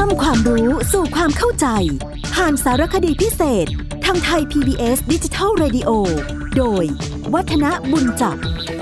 ำความรู้สู่ความเข้าใจผ่านสารคดีพิเศษทางไทย PBS Digital Radio โดยวัฒนบุญจับ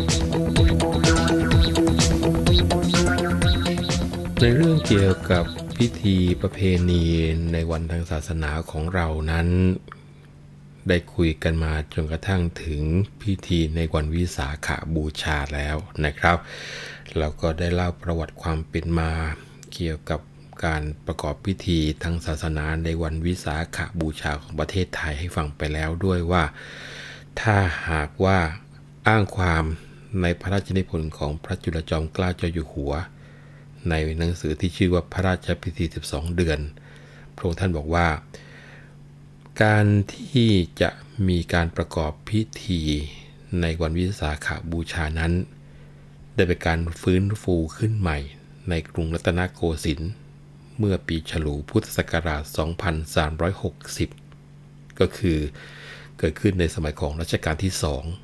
ในเรื่องเกี่ยวกับพิธีประเพณีในวันทางศาสนาของเรานั้นได้คุยกันมาจนกระทั่งถึงพิธีในวันวิสาขบูชาแล้วนะครับแล้วก็ได้เล่าประวัติความเป็นมาเกี่ยวกับการประกอบพิธีทางศาสนาในวันวิสาขบูชาของประเทศไทยให้ฟังไปแล้วด้วยว่าถ้าหากว่าอ้างความในพระราชนิพนธ์ของพระจุลจอมเกล้าเจ้าอยู่หัวในหนังสือที่ชื่อว่าพระราชพิธี12เดือนพระองค์ท่านบอกว่าการที่จะมีการประกอบพิธีในวันวิสาขบูชานั้นได้เป็นการฟื้นฟูขึ้นใหม่ในกรุงรัตนโกสินทร์เมื่อปีฉลูพุทธศักราช 2360 ก็คือเกิดขึ้นในสมัยของรัชกาลที่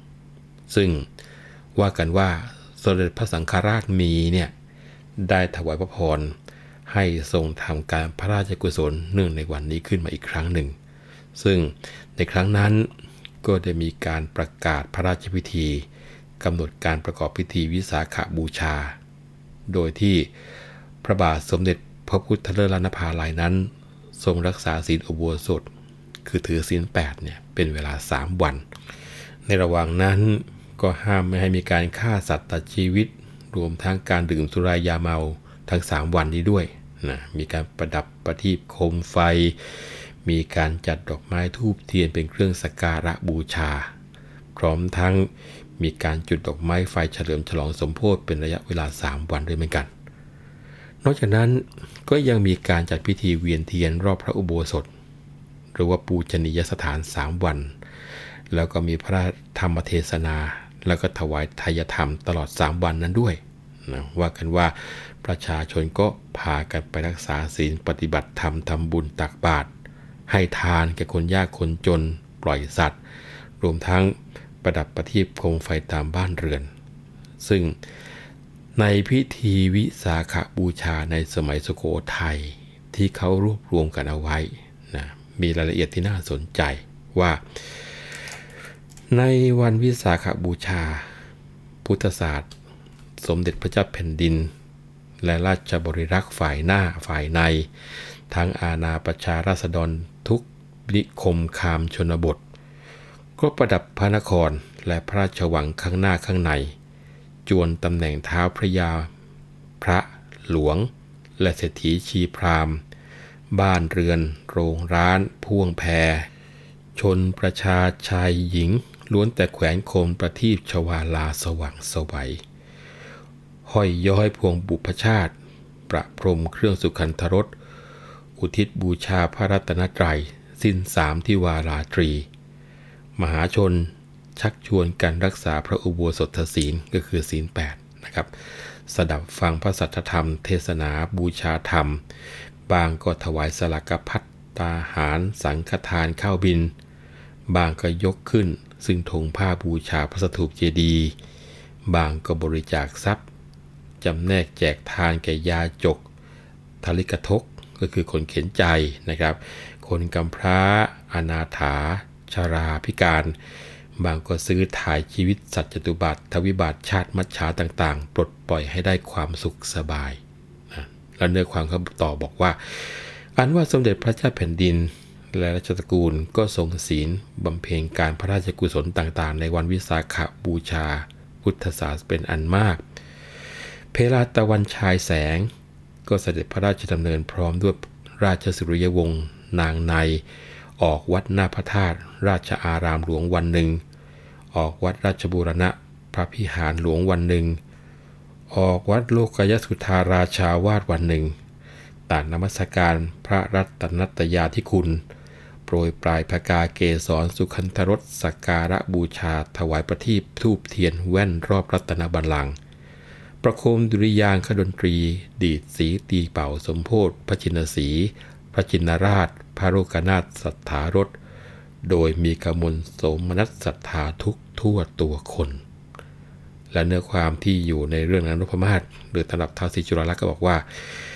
2ซึ่งว่ากันว่าสมเด็จพระสังฆราชมีเนี่ยได้ถวายพระพรให้ทรงทำการพระราชกุศลเนื่องในวันนี้ขึ้นมาอีกครั้งหนึ่งซึ่งในครั้งนั้นก็ได้มีการประกาศพระราชพิธีกำหนดการประกอบพิธีวิสาขบูชาโดยที่พระบาทสมเด็จพระพุทธเลิศล้านภาลัยนั้นทรงรักษาศีลอุโบสถคือถือศีล8เนี่ยเป็นเวลา3วันในระหว่างนั้นก็ห้ามไม่ให้มีการฆ่าสัตว์ตัดชีวิตรวมทั้งการดื่มสุรายาเมาทั้ง3วันนี้ด้วยนะมีการประดับประทีปโคมไฟมีการจัดดอกไม้ธูปเทียนเป็นเครื่องสักการะบูชาพร้อมทั้งมีการจุดดอกไม้ไฟเฉลิมฉลองสมโภชเป็นระยะเวลา3วันด้วยเหมือนกันนอกจากนั้นก็ยังมีการจัดพิธีเวียนเทียนรอบพระอุโบสถหรือว่าปูชนียสถาน3วันแล้วก็มีพระธรรมเทศนาแล้วก็ถวายทายธรรมตลอด3วันนั้นด้วยนะว่ากันว่าประชาชนก็พากันไปรักษาศีลปฏิบัติธรรมทำบุญตักบาตรให้ทานแก่คนยากคนจนปล่อยสัตว์รวมทั้งประดับประทีปโคมไฟตามบ้านเรือนซึ่งในพิธีวิสาขบูชาในสมัยสุโขทัยที่เขารวบรวมกันเอาไว้นะมีรายละเอียดที่น่าสนใจว่าในวันวิสาขบูชาพุทธศาสตร์สมเด็จพระเจ้าแผ่นดินและราชบริรักษ์ฝ่ายหน้าฝ่ายในทั้งอาณาประชาราษฎรทุกนิคมคามชนบทก็ประดับพระนครและพระราชวังข้างหน้าข้างในจวนตำแหน่งเท้าพระยาพระหลวงและเศรษฐีชีพราหมณ์บ้านเรือนโรงร้านพ่วงแพชนประชาชายหญิงล้วนแต่แขวนโคมประทีปชวาลาสว่างไสวห้อยย้อยพวงบุพชาติประพรมเครื่องสุขันธรสอุทิศบูชาพระรัตนตรัยสิ้น3ที่วาราตรีมหาชนชักชวนกันรักษาพระอุโบสถศีลก็คือศีล8นะครับสดับฟังพระสัทธธรรมเทศนาบูชาธรรมบางก็ถวายสลักภัตตาหารสังฆทานข้าวบิณฑบางก็ยกขึ้นซึ่งธงผ้าบูชาพระสถูปเจดีย์บางก็บริจาคทรัพย์จำแนกแจกทานแก่ยาจกทลิกทกก็คือคนเข็นใจนะครับคนกำพร้าอนาถาชราพิการบางก็ซื้อถ่ายชีวิตสัตว์จตุบัติทวิบัติชาติมัจฉาต่างๆปลดปล่อยให้ได้ความสุขสบายนะและเนื้อความเขาต่อบอกว่าอันว่าสมเด็จพระเจ้าแผ่นดินและราชตระกูลก็ทรงศีลบำเพ็ญการพระราชกุศลต่างๆในวันวิสาขบูชาพุทธศาสนาเป็นอันมากเพลาตะวันฉายแสงก็เสด็จพระราชดำเนินพร้อมด้วยราชสุริยวงศ์นางในออกวัดหน้าพระธาตุราชอารามหลวงวันหนึ่งออกวัดราชบูรณะพระพิหารหลวงวันหนึ่งออกวัดโลกยสุธาราชาวาสวันหนึ่งต่างนมัสการพระรัตนตยาธิคุณโปรยปลายพกาเกศรสุขันธรสสักการะบูชาถวายประทีปธูปเทียนแว่นรอบรัตนบัลลังก์ประโคมดุริยางคดนตรีดีดสีตีเป่าสมโภชพระชินสีพระจินราชพระโลกนาถสัทธารสโดยมีกมลโสมนัสศรัทธาทุกทั่วตัวคน และเนื้อความที่อยู่ในเรื่องนั้นนพมาศหรือตำรับท้าวศรีจุฬาลักษณ์ก็บอกว่า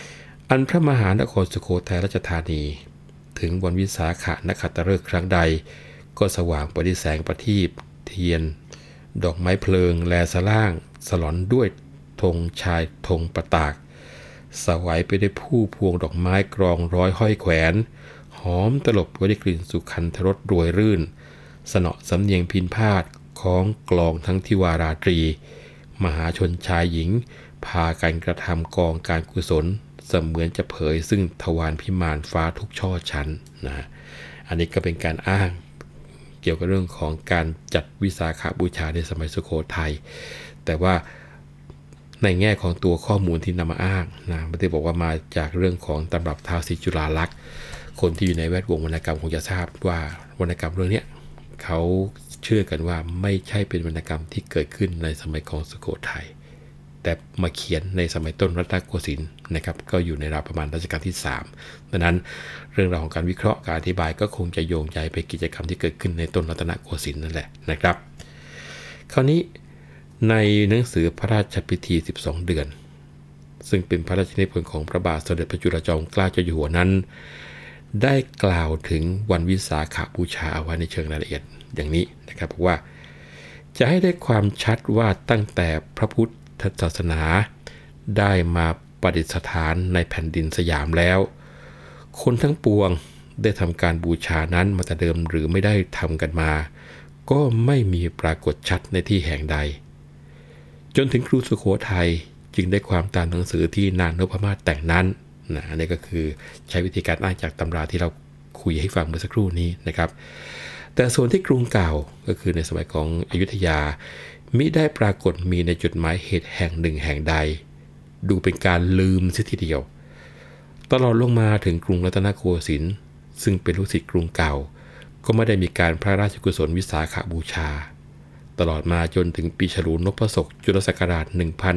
อันพระมหานครสุโขทัยราชธานีถึงวันวิสาขนขัตฤกษ์ครั้งใดก็สว่างไปด้วยแสงประทีปเทียนดอกไม้เพลิงแลสล่างสลอนด้วยธงชายธงประตากสวัยไปด้วยผู้พวงดอกไม้กรองร้อยห้อยแขวนหอมตลบไปด้วยกลิ่นสุขันธรสรวยรื่นสนอสำเนียงพินพาทของกลองทั้งทิวาราตรีมหาชนชายหญิงพากันกระทำกองการกุศลเสมือนจะเผยซึ่งทวารพิมานฟ้าทุกช่อชั้นนะอันนี้ก็เป็นการอ้างเกี่ยวกับเรื่องของการจัดวิสาขบูชาในสมัยสุโขทัยแต่ว่าในแง่ของตัวข้อมูลที่นำมาอ้างนะไม่ได้บอกว่ามาจากเรื่องของตำรับท้าวศรีจุฬาลักษณ์คนที่อยู่ในแวดวงวรรณกรรมคงจะทราบว่าวรรณกรรมเรื่องนี้เขาเชื่อกันว่าไม่ใช่เป็นวรรณกรรมที่เกิดขึ้นในสมัยของสุโขทัยแต่มาเขียนในสมัยต้นรัตนโกสินทร์นะครับก็อยู่ในราวประมาณรัชกาลที่3ดังนั้นเรื่องราวของการวิเคราะห์การอธิบายก็คงจะโยงใยไปกิจกรรมที่เกิดขึ้นในต้นรัตนโกสินทร์นั่นแหละนะครับคราวนี้ในหนังสือพระราชพิธี12เดือนซึ่งเป็นพระราชนิพนธ์ของพระบาทสมเด็จพระจุลจอมเกล้าเจ้าอยู่หัวนั้นได้กล่าวถึงวันวิสาขบูชาไว้ในเชิงรายละเอียดอย่างนี้นะครับบอกว่าจะให้ได้ความชัดว่าตั้งแต่พระพุทธศาสนาได้มาประดิษฐานในแผ่นดินสยามแล้วคนทั้งปวงได้ทำการบูชานั้นมาแต่เดิมหรือไม่ได้ทำกันมาก็ไม่มีปรากฏชัดในที่แห่งใดจนถึงครูสุโขทัยจึงได้ความตามหนังสือที่นางนพมาศแต่งนั้นนะอันนี้ก็คือใช้วิธีการอ้างจากตำราที่เราคุยให้ฟังเมื่อสักครู่นี้นะครับแต่ส่วนที่กรุงเก่าก็คือในสมัยของอยุธยามิได้ปรากฏมีในจดหมายเหตุแห่งหนึ่งแห่งใดดูเป็นการลืมเสียทีเดียวตลอดลงมาถึงกรุงรัตนโกสินทร์ซึ่งเป็นลูกศิษย์กรุงเก่าก็ไม่ได้มีการพระราชกุศลวิสาขบูชาตลอดมาจนถึงปีฉลูนพศกจุลศักราช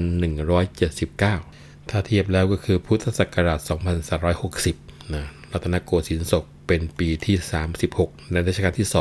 1179ถ้าเทียบแล้วก็คือพุทธศักราช2360นะรัตนโกสินทร์ศกเป็นปีที่36ในรัชกาลที่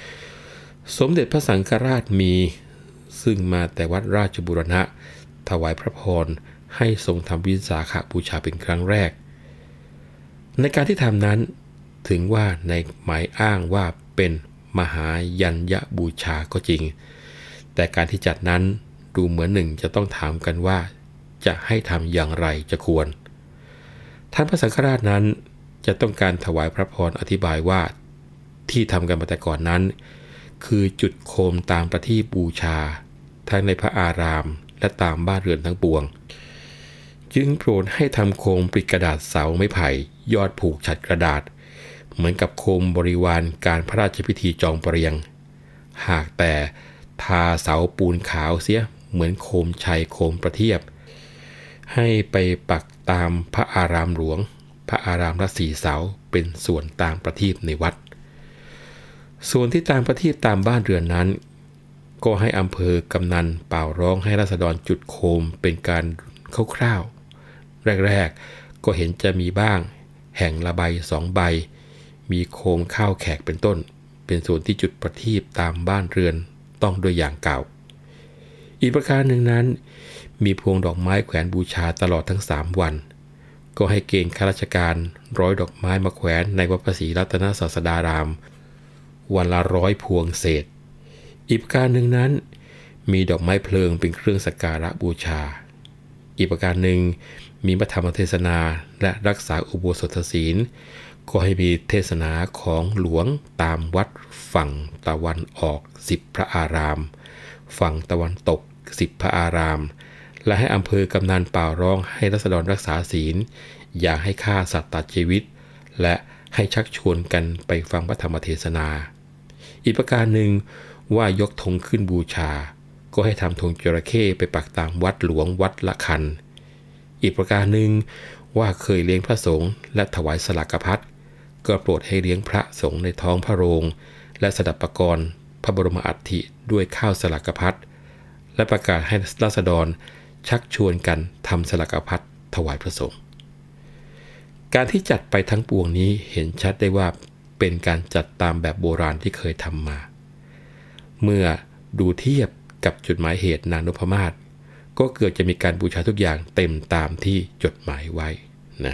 2สมเด็จพระสังฆราชมีซึ่งมาแต่วัดราชบูรณะถวายพระพรให้ทรงทำวิสาขบูชาเป็นครั้งแรกในการที่ทำนั้นถึงว่าในหมายอ้างว่าเป็นมหายัญญบูชาก็จริงแต่การที่จัดนั้นดูเหมือนหนึ่งจะต้องถามกันว่าจะให้ทำอย่างไรจะควรท่านพระสังฆราชนั้นจะต้องการถวายพระพรอธิบายว่าที่ทำกันมาแต่ก่อนนั้นคือจุดโคมตามประทีปบูชาทั้งในพระอารามและตามบ้านเรือนทั้งปวงจึงโปรดให้ทำโคมปิดกระดาษเสาไม้ไผ่ยอดผูกฉัดกระดาษเหมือนกับโคมบริวารการพระราชพิธีจองเปรียงหากแต่ทาเสาปูนขาวเสียเหมือนโคมชัยโคมประทีปให้ไปปักตามพระอารามหลวงพระอารามละ4เสาเป็นส่วนตามประทีปในวัดส่วนที่ตามประทีปตามบ้านเรือนนั้นก็ให้อำเภอกำนันเป่าร้องให้ราษฎรจุดโคมเป็นการคร่าวๆแรกๆก็เห็นจะมีบ้างแห่งละใบ2ใบมีโคมข้าวแขกเป็นต้นเป็นส่วนที่จุดประทีปตามบ้านเรือนต้องโดยอย่างเก่าอีกประการหนึ่งนั้นมีพวงดอกไม้แขวนบูชาตลอดทั้ง3วันก็ให้เกณฑ์ข้าราชการร้อยดอกไม้มาแขวนในวัดพระศรีรัตนศาสดารามวันละ100พวงเศษอีกประการหนึ่งนั้นมีดอกไม้เพลิงเป็นเครื่องสักการะบูชาอีกประการหนึ่งมีพระธรรมเทศนาและรักษาอุโบสถศีลก็ให้มีเทศนาของหลวงตามวัดฝั่งตะวันออก10พระอารามฝั่งตะวันตก10พระอารามและให้อำเภอกำนันเป่าร้องให้ราษฎรรักษาศีลอย่าให้ฆ่าสัตว์ตัดชีวิตและให้ชักชวนกันไปฟังพระธรรมเทศนาอีกประการหนึ่งว่ายกธงขึ้นบูชาก็ให้ทำธงจระเข้ไปปักตามวัดหลวงวัดละคันอีกประการหนึ่งว่าเคยเลี้ยงพระสงฆ์และถวายสลักพัดก็โปรดให้เลี้ยงพระสงฆ์ในท้องพระโรงและสดับประกรณ์พระบรมอัฐิด้วยข้าวสลักพัดและประกาศให้ราษฎรชักชวนกันทำสลักพัดถวายพระสงฆ์การที่จัดไปทั้งปวงนี้เห็นชัดได้ว่าเป็นการจัดตามแบบโบราณที่เคยทำมาเมื่อดูเทียบกับจดหมายเหตุนางนพมาศก็เกิดจะมีการบูชาทุกอย่างเต็มตามที่จดหมายไว้นะ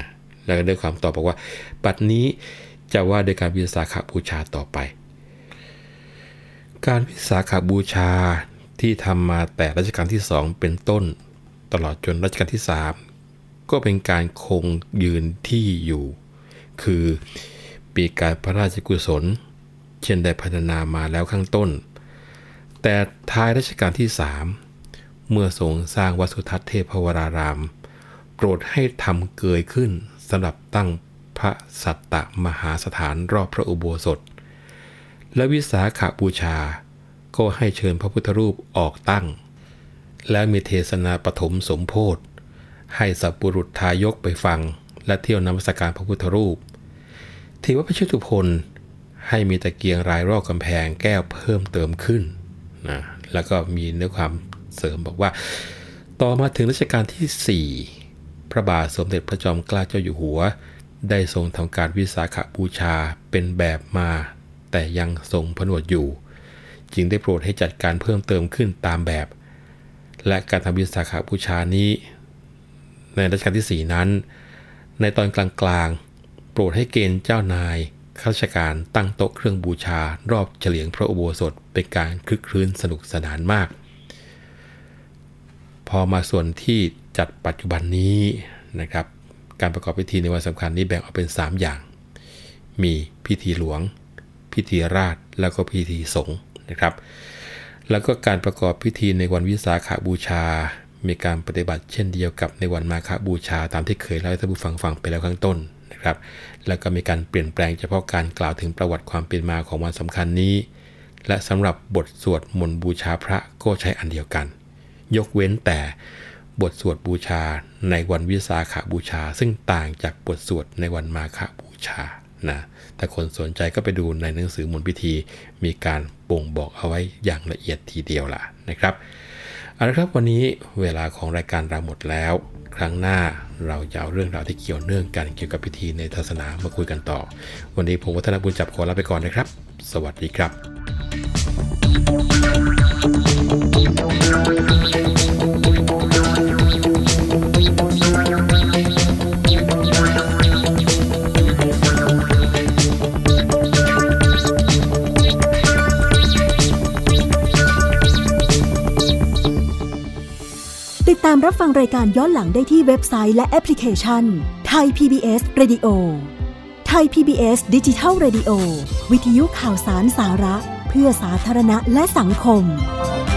แล้วก็ได้ความตอบบอกว่าบัดนี้จะว่าโดยการวิสาขบูชาต่อไปการวิสาขบูชาที่ทำมาแต่รัชกาลที่2เป็นต้นตลอดจนรัชกาลที่3ก็เป็นการคงยืนที่อยู่คือปีการพระราชกุศลเช่นได้พัฒนามาแล้วข้างต้นแต่ท้ายรัชกาลที่3เมื่อทรงสร้างวัดสุทัศน์เทพวรารามโปรดให้ทำเกยขึ้นสำหรับตั้งพระสัตตมหาสถานรอบพระอุโบสถและวิสาขบูชาก็ให้เชิญพระพุทธรูปออกตั้งและมีเทศนาปฐมสมโภชให้สัพบุรุษทายกไปฟังและเที่ยวนมัสการพระพุทธรูปเทวพระชุตุพลให้มีตะเกียงรายรอบกำแพงแก้วเพิ่มเติมขึ้นนะแล้วก็มีเนื้อความเสริมบอกว่าต่อมาถึงรัชกาลที่4พระบาทสมเด็จพระจอมเกล้าเจ้าอยู่หัวได้ทรงทำการวิสาขบูชาเป็นแบบมาแต่ยังทรงผนวดอยู่จึงได้โปรดให้จัดการเพิ่มเติมขึ้นตามแบบและการทำวิสาขบูชานี้ในรัชกาลที่4นั้นในตอนกลางๆโปรดให้เกณฑ์เจ้านายข้าราชการตั้งโต๊ะเครื่องบูชารอบเฉลียงพระอุโบสถเป็นการคลึกครื้นสนุกสนานมากพอมาส่วนที่จัดปัจจุบันนี้นะครับการประกอบพิธีในวันสำคัญนี้แบ่งออกเป็น3อย่างมีพิธีหลวงพิธีราชแล้วก็พิธีสงฆ์นะครับแล้วก็การประกอบพิธีในวันวิสาขบูชามีการปฏิบัติเช่นเดียวกับในวันมาฆบูชาตามที่เคยเล่าให้ท่านผู้ฟังฟังไปแล้วข้างต้นนะครับแล้วก็มีการเปลี่ยนแปลงเฉพาะการกล่าวถึงประวัติความเป็นมาของวันสำคัญนี้และสำหรับบทสวดมนต์บูชาพระก็ใช้อันเดียวกันยกเว้นแต่บทสวดบูชาในวันวิสาขบูชาซึ่งต่างจากบทสวดในวันมาฆบูชานะถ้าคนสนใจก็ไปดูในหนังสือมนต์พิธีมีการบ่งบอกเอาไว้อย่างละเอียดทีเดียวล่ะนะครับเอาละครับวันนี้เวลาของรายการเราหมดแล้วครั้งหน้าเราจะเอาเรื่องราวที่เกี่ยวเนื่องกันเกี่ยวกับพิธีในศาสนามาคุยกันต่อวันนี้ผมวัฒนบุญจับขอลาไปก่อนนะครับสวัสดีครับติดตามรับฟังรายการย้อนหลังได้ที่เว็บไซต์และแอปพลิเคชัน Thai PBS Radio Thai PBS Digital Radio วิทยุข่าวสารสาระเพื่อสาธารณะและสังคม